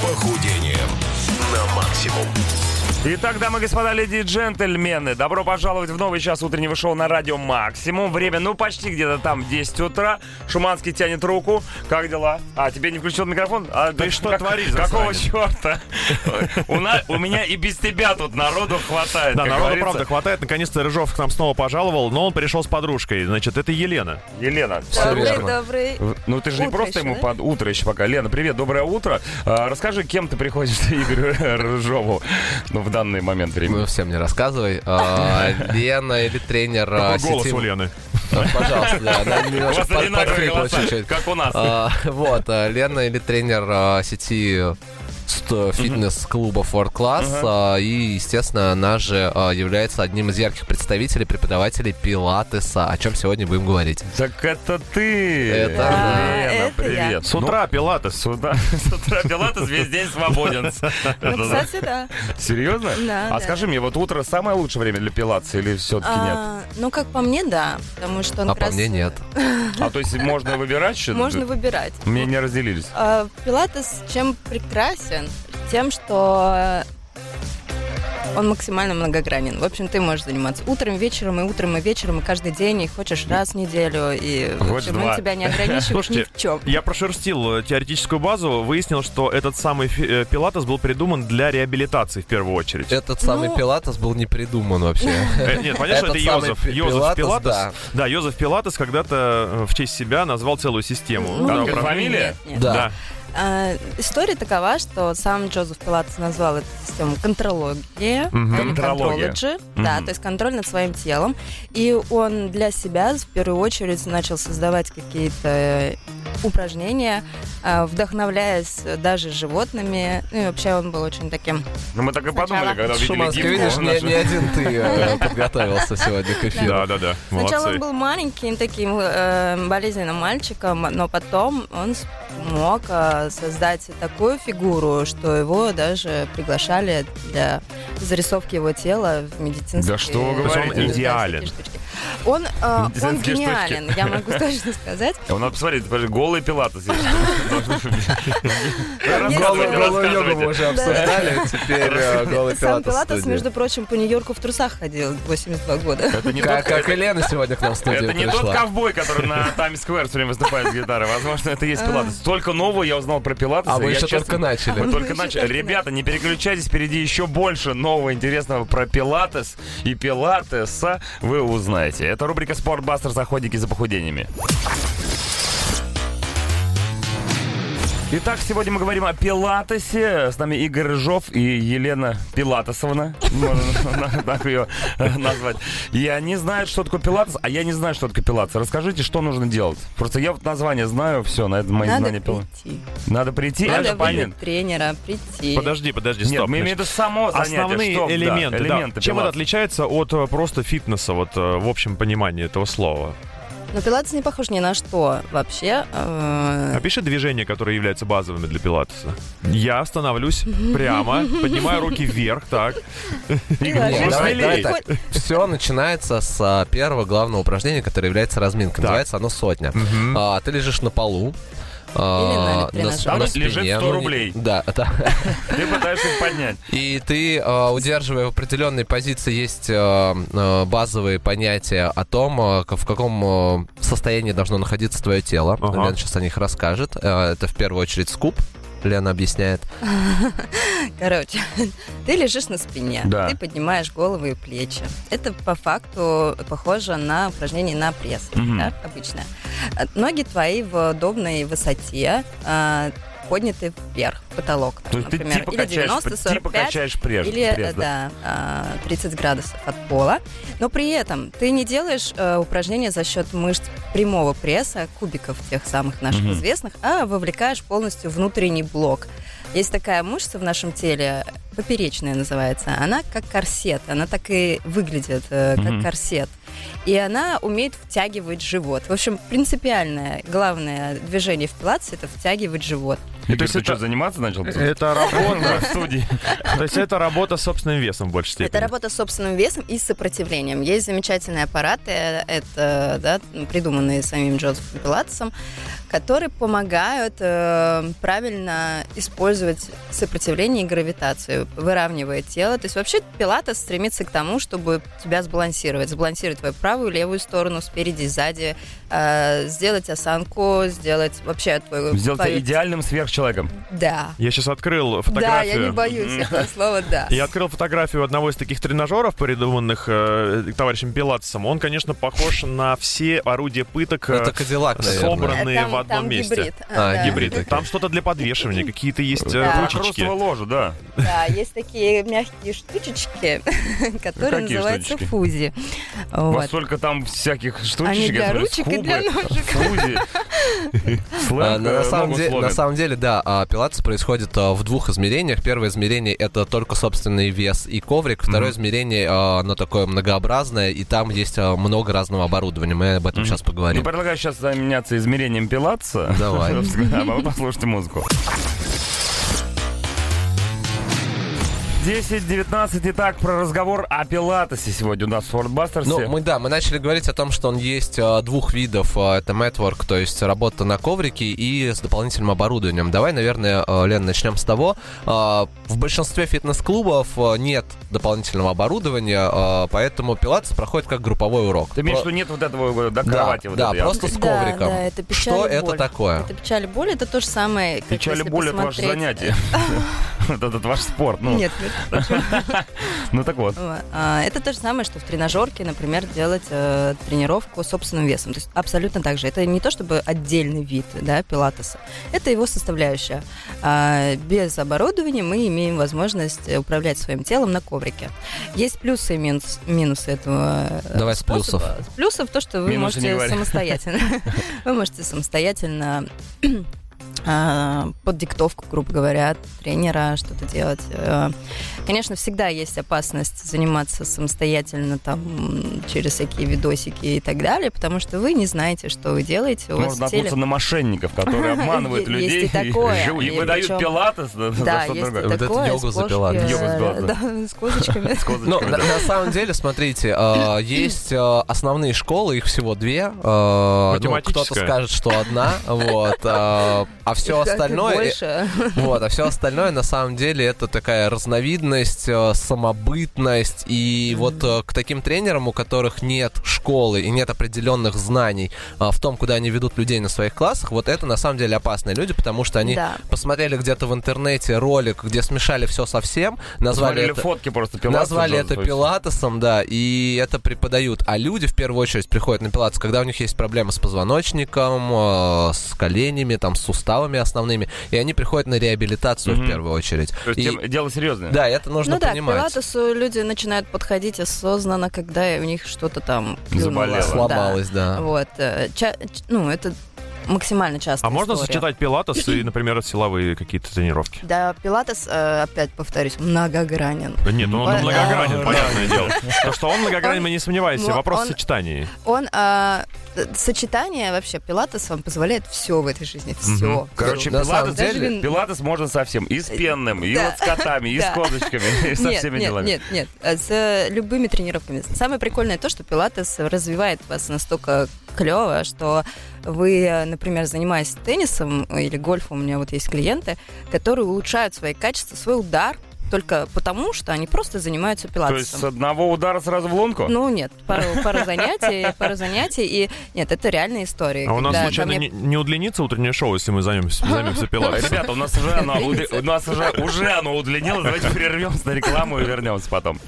похудением на максимум. Итак, дамы и господа, леди и джентльмены, добро пожаловать в новый час утреннего шоу на радио «Максимум». Время, почти где-то там 10 утра. Шуманский тянет руку. Как дела? Тебе не включил микрофон? Ты что творишь? Какого черта? У меня и без тебя тут народу хватает. Да, народу правда хватает. Наконец-то Рыжов к нам снова пожаловал, но он пришел с подружкой. Значит, это Елена. Елена. Добрый. Ты же не просто ему под утро еще пока. Лена, привет, доброе утро. Расскажи, кем ты приходишь Игорю Рыжову в данный момент времени. Всем не рассказывай. Лена или тренер Какой сети... голос у Лены? Пожалуйста, да. У вас одинаковые голоса, как у нас. Лена или тренер сети фитнес-клуба Ford Class. И, естественно, она же является одним из ярких представителей, преподавателей пилатеса, о чем сегодня будем говорить. Так это ты! Это Лена, привет. С утра пилатес. С утра пилатес весь день свободен. Кстати, да. Серьезно? Да. Скажи мне, утро самое лучшее время для пилатеса или все-таки нет? Как по мне, да. Потому что он по мне нет. То есть можно выбирать что-то? Можно выбирать. Мне не разделились. Пилатес чем прекрасен? Тем, что он максимально многогранен. В общем, ты можешь заниматься утром, вечером, и каждый день, и хочешь раз в неделю, и в общем, он тебя не ограничивает ни в чем. Я прошерстил теоретическую базу, выяснил, что этот самый пилатес был придуман для реабилитации в первую очередь. Этот самый пилатес был не придуман вообще. Нет, понятно, что это Йозеф Пилатес. Да, Йозеф Пилатес когда-то в честь себя назвал целую систему. Фамилия? Да. История такова, что сам Джозеф Пилатес назвал эту систему контрология. Контрология. Да, то есть контроль над своим телом. И он для себя в первую очередь начал создавать какие-то упражнения, вдохновляясь даже животными. И вообще он был очень таким... Мы так и подумали, когда увидели Шуманский, видишь, не один ты подготовился сегодня к эфиру. Да. Сначала он был маленьким таким болезненным мальчиком, но потом он смог создать такую фигуру, что его даже приглашали для зарисовки его тела в медицинские... Да что вы говорите? Он идеален. Он гениален, я могу точно сказать. Надо посмотреть, голый пилатес. Голую йогу мы уже обсуждали, теперь голый пилатес. Сам Пилатес, между прочим, по Нью-Йорку в трусах ходил 82 года. Как и Лена сегодня к нам в студию Это не тот ковбой, который на Таймс-сквер все время выступает с гитарой. Возможно, это и есть Пилатес. Только нового я узнал про Пилатеса. А вы еще только начали. Мы только начали. Ребята, не переключайтесь, впереди еще больше нового интересного про Пилатес и Пилатеса вы узнаете. Это рубрика «Спортбастер. Охотники за похудениями». Итак, сегодня мы говорим о пилатесе. С нами Игорь Рыжов и Елена Пилатесовна. Можно так ее назвать. И они знают, что такое пилатес, а я не знаю, что такое пилатес. Расскажите, что нужно делать? Просто я название знаю, все, на это мои знания пилатес. Надо прийти. Надо выбрать тренера, прийти. Подожди, стоп. Нет, мы имеем само занятие. Основные элементы. Чем это отличается от просто фитнеса, в общем понимании этого слова? Но пилатес не похож ни на что вообще. Опиши движения, которые являются базовыми для пилатеса. Я становлюсь прямо, поднимаю руки вверх, так. Давай так. Все начинается с первого главного упражнения, которое является разминкой. Называется оно сотня. Ты лежишь на полу. Или там лежит 100 рублей. Да. Ты пытаешься их поднять. И ты, удерживая в определенной позиции, есть базовые понятия о том, в каком состоянии должно находиться твое тело. Лена сейчас о них расскажет. Это в первую очередь скуп. Лена объясняет. Короче, ты лежишь на спине, ты поднимаешь голову и плечи. Это по факту похоже на упражнение на пресс, обычное. Ноги твои в удобной высоте, подняты вверх, в потолок, то есть например, ты или 90-45, качаешь пресс, или 30 градусов от пола. Но при этом ты не делаешь упражнения за счет мышц прямого пресса, кубиков тех самых наших известных, а вовлекаешь полностью внутренний блок. Есть такая мышца в нашем теле, поперечная называется, она как корсет, она так и выглядит, как корсет. и она умеет втягивать живот. В общем, принципиальное, главное движение в пилатесе — это втягивать живот. И то есть ты что, заниматься начал? Это работа в студии. То есть это работа с собственным весом в большей степени? Это работа с собственным весом и с сопротивлением. Есть замечательные аппараты, это придуманные самим Джозефом Пилатесом, которые помогают правильно использовать сопротивление и гравитацию, выравнивая тело. То есть вообще пилатес стремится к тому, чтобы тебя сбалансировать твою правую и левую сторону, спереди и сзади, сделать осанку, сделать вообще твою... Сделать идеальным сверхчеловеком. Да. Я сейчас открыл фотографию. Да, я не боюсь этого слова «да». Я открыл фотографию одного из таких тренажеров, придуманных товарищем Пилатесом. Он, конечно, похож на все орудия пыток, это Кадиллак, собранные в одном месте. Гибрид. Гибрид. Там что-то для подвешивания, какие-то есть ручечки. Ложа, да. Да, есть такие мягкие штучечки, которые называются фузи. Вот столько там всяких штучек. Они для ручек и для ножек. Фузи. На самом деле, да, пилатес происходит в двух измерениях. Первое измерение — это только собственный вес и коврик. Второе измерение, оно такое многообразное, и там есть много разного оборудования. Мы об этом сейчас поговорим. Ну, предлагаю сейчас заняться измерением пилатеса. Давай. А вы послушайте музыку. 10:19. Итак, про разговор о пилатесе сегодня у нас в Фордбастерсе. Ну, мы начали говорить о том, что он есть двух видов. Это мэтворк, то есть работа на коврике, и с дополнительным оборудованием. Давай, наверное, Лен, начнем с того. В большинстве фитнес-клубов нет дополнительного оборудования, поэтому пилатес проходит как групповой урок. Ты имеешь в виду, нет вот этого, кровати? Да, просто с ковриком. Да, это печаль что и это боль. такое? Это печаль и боль, это то же самое, как печаль и боль — это ваше занятие. Это ваш спорт. Нет. Ну так вот. Это то же самое, что в тренажерке, например, делать тренировку с собственным весом. То есть абсолютно так же. Это не то чтобы отдельный вид, да, пилатеса. Это его составляющая. Без оборудования мы имеем возможность управлять своим телом на коврике. Есть плюсы и минусы этого Давай способа. С плюсов. С плюсов то, что вы можете самостоятельно. Вы можете самостоятельно под диктовку, грубо говоря, тренера что-то делать. Конечно, всегда есть опасность заниматься самостоятельно там через всякие видосики и так далее, потому что вы не знаете, что вы делаете. Можно наткнуться на мошенников, которые обманывают людей и выдают пилатес. Да, есть и такое. Йогу за пилатес. С козочками. Ну, на самом деле, смотрите, есть основные школы, их всего две. Кто-то скажет, что одна, вот. А все остальное, на самом деле, это такая разновидность, самобытность. И вот к таким тренерам, у которых нет школы и нет определенных знаний в том, куда они ведут людей на своих классах, вот это на самом деле опасные люди, потому что они посмотрели где-то в интернете ролик, где смешали все со всем, назвали это фотки просто пилатесом, назвали это пилатесом, да, и это преподают. А люди в первую очередь приходят на пилатес, когда у них есть проблемы с позвоночником, с коленями, там, с суставами основными, и они приходят на реабилитацию в первую очередь. То есть дело серьезное. Да, это нужно понимать. К пилатесу люди начинают подходить осознанно, когда у них что-то там сломалось, да. Вот. Это максимально часто. А можно сочетать пилатес и, например, силовые какие-то тренировки? Да, пилатес, опять повторюсь, многогранен. Нет, он многогранен, понятное дело. То, что он многогранен, мы не сомневаемся. Вопрос в сочетании. Сочетание вообще, пилатес вам позволяет все в этой жизни. Все. Короче, пилатес можно совсем. И с пенным, и вот с котами, и с козочками, и со всеми делами. Нет. С любыми тренировками. Самое прикольное то, что пилатес развивает вас настолько клево, что вы, например, занимаясь теннисом или гольфом, у меня вот есть клиенты, которые улучшают свои качества, свой удар, только потому, что они просто занимаются пилатесом. То есть с одного удара сразу в лунку? Ну, нет, пару занятий, и нет, это реальная история. А у нас, случайно, не удлинится утреннее шоу, если мы займемся пилатесом? Ребята, у нас уже оно удлинилось, давайте прервемся на рекламу и вернемся потом.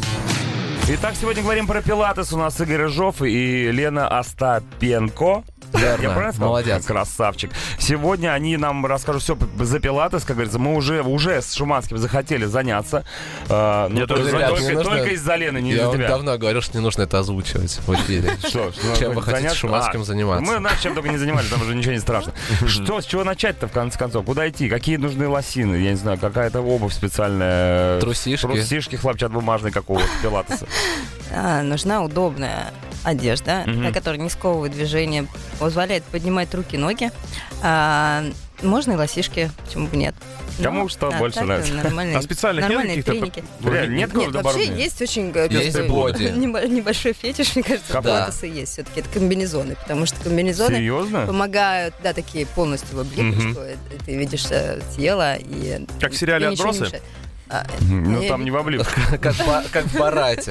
Итак, сегодня говорим про пилатес. У нас Игорь Рыжов и Лена Остапенко. Верно. Молодец. Красавчик. Сегодня они нам расскажут все за пилатес, как говорится. Мы уже с Шуманским захотели заняться. Только из-за Лены, не из-за тебя. Я давно говорил, что не нужно это озвучивать в эфире. Чем вы хотите с Шуманским заниматься? Мы, знаешь, чем только не занимались, там уже ничего не страшно. С чего начать-то, в конце концов? Куда идти? Какие нужны лосины? Я не знаю, какая-то обувь специальная. Трусишки хлопчатобумажные какого-то пилатеса. Нужна удобная одежда, которая не сковывает движение, позволяет поднимать руки, ноги. Можно и лосишки, почему бы нет. Кому что больше нравится. А специальных нет каких-то? Нет, вообще есть очень небольшой фетиш, мне кажется, пилатеса есть. Все-таки это комбинезоны, потому что комбинезоны помогают, такие полностью в облику, что ты видишь тело. Как в сериале «Отбросы»? Ну, там не в облип. Как в Барате.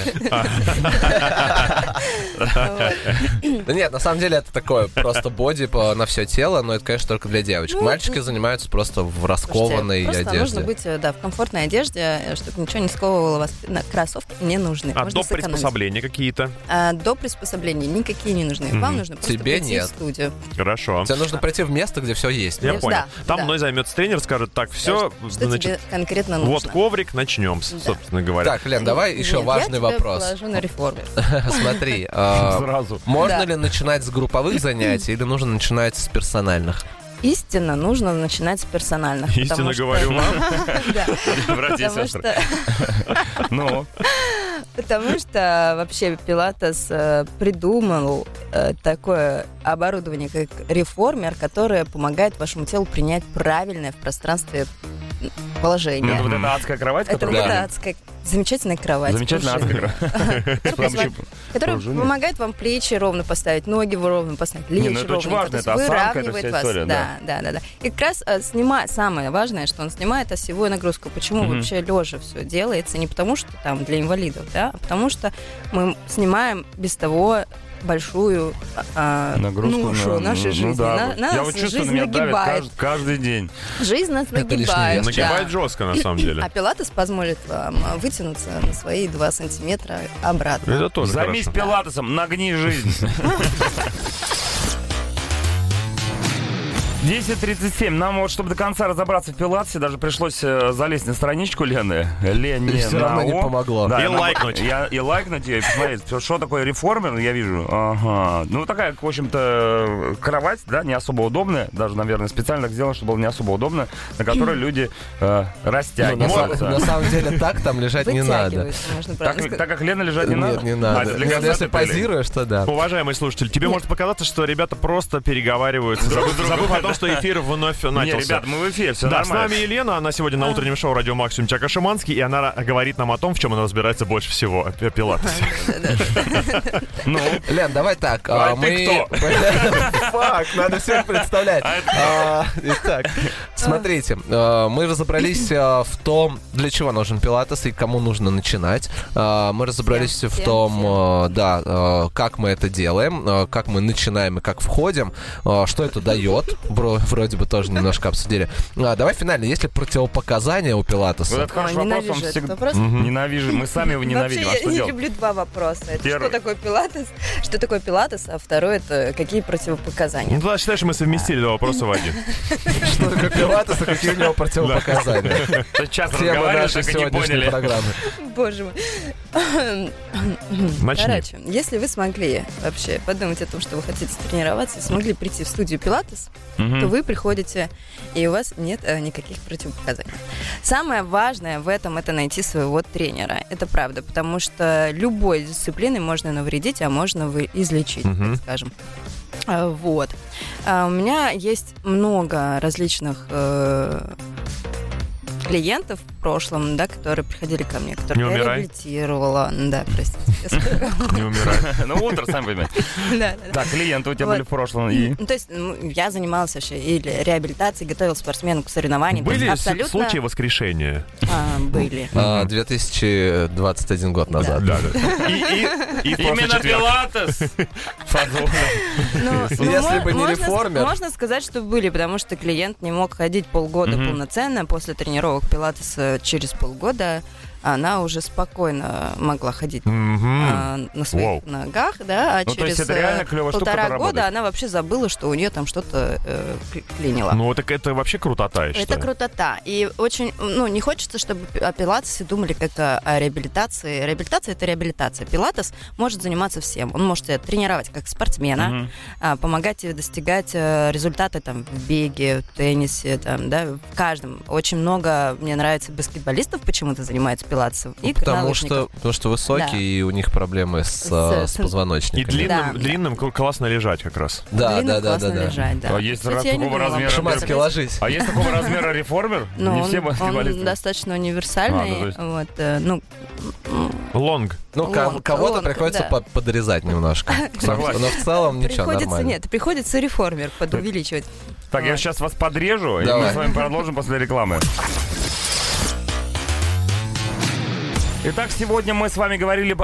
Да нет, на самом деле это такое просто боди на все тело, но это, конечно, только для девочек. Мальчики занимаются просто в раскованной одежде. Просто нужно быть, в комфортной одежде, чтобы ничего не сковывало вас. Кроссовки не нужны. А доп. Приспособления какие-то? Доп. Приспособления никакие не нужны. Вам нужно просто прийти в студию. Хорошо. Тебе нужно прийти в место, где все есть. Я понял. Там мной займется тренер, скажет, так, все. Что тебе конкретно нужно? Вот коврик, начнем, собственно говоря. Так, Лен, давай еще важный вопрос. Я тебя положу на реформе. Смотри, сразу. Можно ли начинать с групповых занятий или нужно начинать с персональных? Истинно нужно начинать с персональных. Истинно говорю вам. Братья и сестры. Ну? Потому что вообще пилатес придумал такое оборудование, как реформер, которое помогает вашему телу принять правильное в пространстве положение. Это вот эта адская кровать, которая... Это адская, замечательная кровать. Замечательная адская кровать. Которая помогает вам плечи ровно поставить, ноги ровно поставить, лечь ровно. Это очень важно, это осанка, это вся история. Да. И как раз самое важное, что он снимает осевую нагрузку. Почему вообще лежа все делается? Не потому, что там для инвалидов, а потому что мы снимаем без того большую ношу нашей жизни. Я вот чувствую, на меня давит каждый день. Жизнь нас нагибает. Нагибает жестко, на самом деле. А пилатес позволит вам вытянуться на свои 2 сантиметра обратно. Это тоже Займись пилатесом, нагни жизнь. 10:37. Нам вот, чтобы до конца разобраться в пилатесе, даже пришлось залезть на страничку Лены. Все равно не помогло. И лайкнуть. И лайкнуть ее, и посмотреть, что такое реформер, я вижу. Ага. Ну, такая, в общем-то, кровать, да, не особо удобная. Даже, наверное, специально так сделано, чтобы было не особо удобно, на которой люди растягиваются. На самом деле так там лежать не надо. Так как Лена лежать не надо? Нет, не надо. Если позируешь, то да. Уважаемый слушатель, тебе может показаться, что ребята просто переговариваются, забыв о том, что эфир вновь начался. Не, ребят, мы в эфире, все нормально. С нами Елена, она сегодня на утреннем шоу «Радио Максимум» Чака Шиманский, и она говорит нам о том, в чем она разбирается больше всего, о пилатесе. Ну, Лен, давай так. Ты кто? Фак, надо всех представлять. Итак, смотрите, мы разобрались в том, для чего нужен пилатес и кому нужно начинать. Мы разобрались в том, как мы это делаем, как мы начинаем и как входим, что это дает. Вроде бы тоже немножко обсудили. Давай финально, есть ли противопоказания у пилатеса? Вот это хороший вопрос, он всегда... Ненавижу, мы сами его ненавидим. Вообще, я люблю 2 вопроса. Это что такое пилатес, а второй это какие противопоказания. Ну, тогда считай, что мы совместили 2 вопроса в один. Что такое пилатес, а какие у него противопоказания? Часто разговариваешь, так и не поняли. Боже мой. Короче, если вы смогли вообще подумать о том, что вы хотите тренироваться, смогли прийти в студию пилатес, то вы приходите, и у вас нет никаких противопоказаний. Самое важное в этом — это найти своего тренера. Это правда, потому что любой дисциплиной можно навредить, а можно излечить, так скажем. Вот. У меня есть много различных клиентов в прошлом, да, которые приходили ко мне, которые я реабилитировала. Да, простите. Не умирай. Ну, утро, сами поймете. Так, клиенты у тебя были в прошлом. То есть я занималась вообще и реабилитацией, готовила спортсменов к соревнованиям. Были случаи воскрешения? Были. 2021 год назад. Да. Именно пилатес. Если бы не реформер. Можно сказать, что были, потому что клиент не мог ходить полгода полноценно после тренировок пилатеса. Через полгода она уже спокойно могла ходить на своих ногах, да, а через полтора года она вообще забыла, что у нее там что-то клинило. Ну, так это вообще крутота, я считаю. Это крутота. И очень, не хочется, чтобы о пилатесе думали как о реабилитации. Реабилитация — это реабилитация. Пилатес может заниматься всем. Он может тебя тренировать как спортсмена, помогать тебе достигать результаты там в беге, в теннисе, там, да, в каждом. Очень много, мне нравится, баскетболистов почему-то занимаются пилатесом. И потому что высокие, и у них проблемы с позвоночником. И длинным классно лежать как раз. Да. Лежать, да. А есть такого размера... Шуманский, ложись. А есть такого размера реформер? Не все баскетболисты. Он достаточно универсальный. Лонг. Кого-то приходится подрезать немножко. Но в целом ничего, нормально. Нет, приходится реформер подувеличивать. Так, я сейчас вас подрежу, и мы с вами продолжим после рекламы. Итак, сегодня мы с вами говорили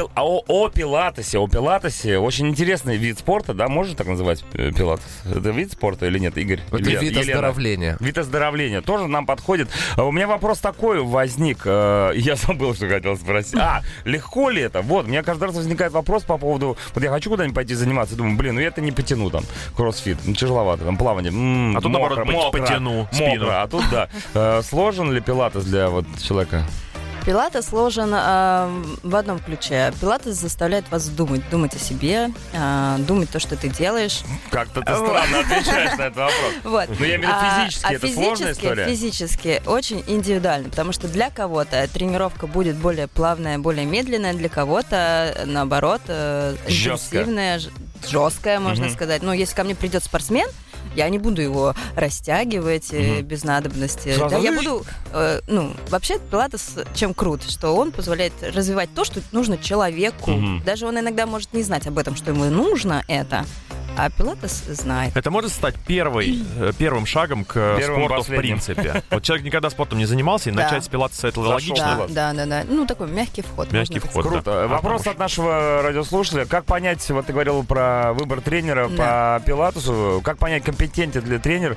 о пилатесе. О пилатесе. Очень интересный вид спорта, да? Можно так называть пилатес? Это вид спорта или нет, Игорь? Это вид оздоровления. Вид оздоровления. Тоже нам подходит. У меня вопрос такой возник. Я забыл, что хотел спросить. Легко ли это? Вот, у меня каждый раз возникает вопрос по поводу... Вот я хочу куда-нибудь пойти заниматься. Думаю, я это не потяну там. Кроссфит. Тяжеловато. Там плавание. А тут, наоборот, потяну спину. А тут, да. Сложен ли пилатес для человека? Пилатес сложен в одном ключе. Пилатес заставляет вас думать о себе, думать то, что ты делаешь. Как-то ты странно отвечаешь на этот вопрос. Вот. Но я имею в виду физически, это сложная история. Физически очень индивидуально, потому что для кого-то тренировка будет более плавная, более медленная, для кого-то, наоборот, интенсивная, жесткая, можно сказать. Но если ко мне придет спортсмен, я не буду его растягивать без надобности. Да, я буду... вообще, пилатес чем крут, что он позволяет развивать то, что нужно человеку. Даже он иногда может не знать об этом, что ему нужно это. А пилатес знает. Это может стать первым шагом к спорту в принципе. Вот человек никогда спортом не занимался, и начать с пилатеса — это логично. Да. Такой мягкий вход. Мягкий вход, круто. Вопрос от нашего радиослушателя. Как понять, вот ты говорил про выбор тренера по пилатесу, как понять, компетентен ли тренер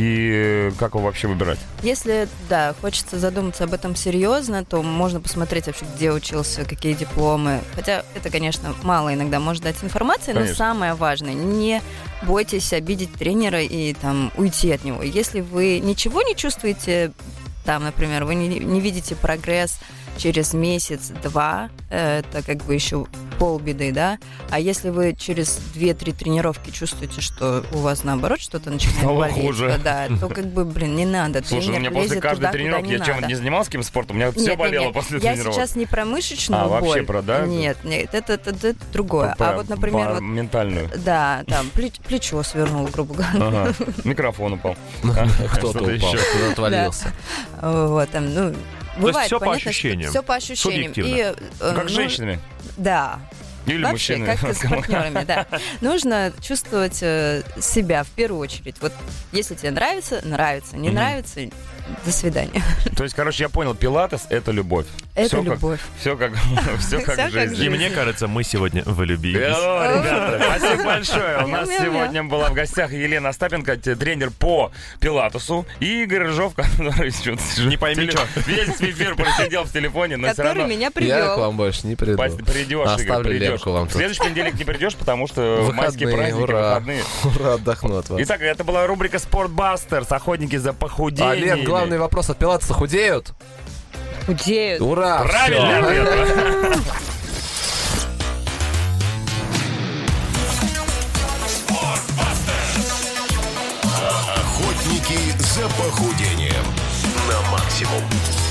и как его вообще выбирать? Если, хочется задуматься об этом серьезно, то можно посмотреть вообще, где учился, какие дипломы. Хотя это, конечно, мало иногда может дать информации, но самое важное — не бойтесь обидеть тренера и уйти от него. Если вы ничего не чувствуете, например, вы не видите прогресс через месяц-два, это еще полбеды, да? А если вы через 2-3 тренировки чувствуете, что у вас, наоборот, что-то начинает болеть, то, не надо. Слушай, у меня после каждой тренировки, я чем не занимался каким спортом, у меня все болело после тренировок. Я сейчас не про мышечную боль. Вообще про, да? Нет, это другое. А вот, например... ментальную. Да, плечо свернул, грубо говоря. Микрофон упал. Кто-то упал, кто-то отвалился. Вот, бывает, то есть все по ощущениям. Все по ощущениям. И, как с женщинами? Да. Или вообще, мужчины. как с партнерами, да. Нужно чувствовать себя в первую очередь. Вот если тебе нравится, не нравится, до свидания. То есть, я понял, пилатес — это любовь. Это любовь. Все как в жизни. И мне кажется, мы сегодня влюбились. Ребята, спасибо большое. У нас сегодня была в гостях Елена Остапенко, тренер по пилатесу, и Игорь Рыжов, который не пойми что. Весь эфир просидел в телефоне, но все равно... Который меня привел. Я к вам больше не приду. Придешь, Игорь, придешь. В следующий понедельник не придешь, потому что майские праздники, выходные. Ура, отдохну от вас. Итак, это была рубрика «Спортбастерс», охотники за похудением. Лен, главный вопрос: от пилатеса худеют? Худеют. Ура! Правильно ответ. Охотники за похудением на максимум.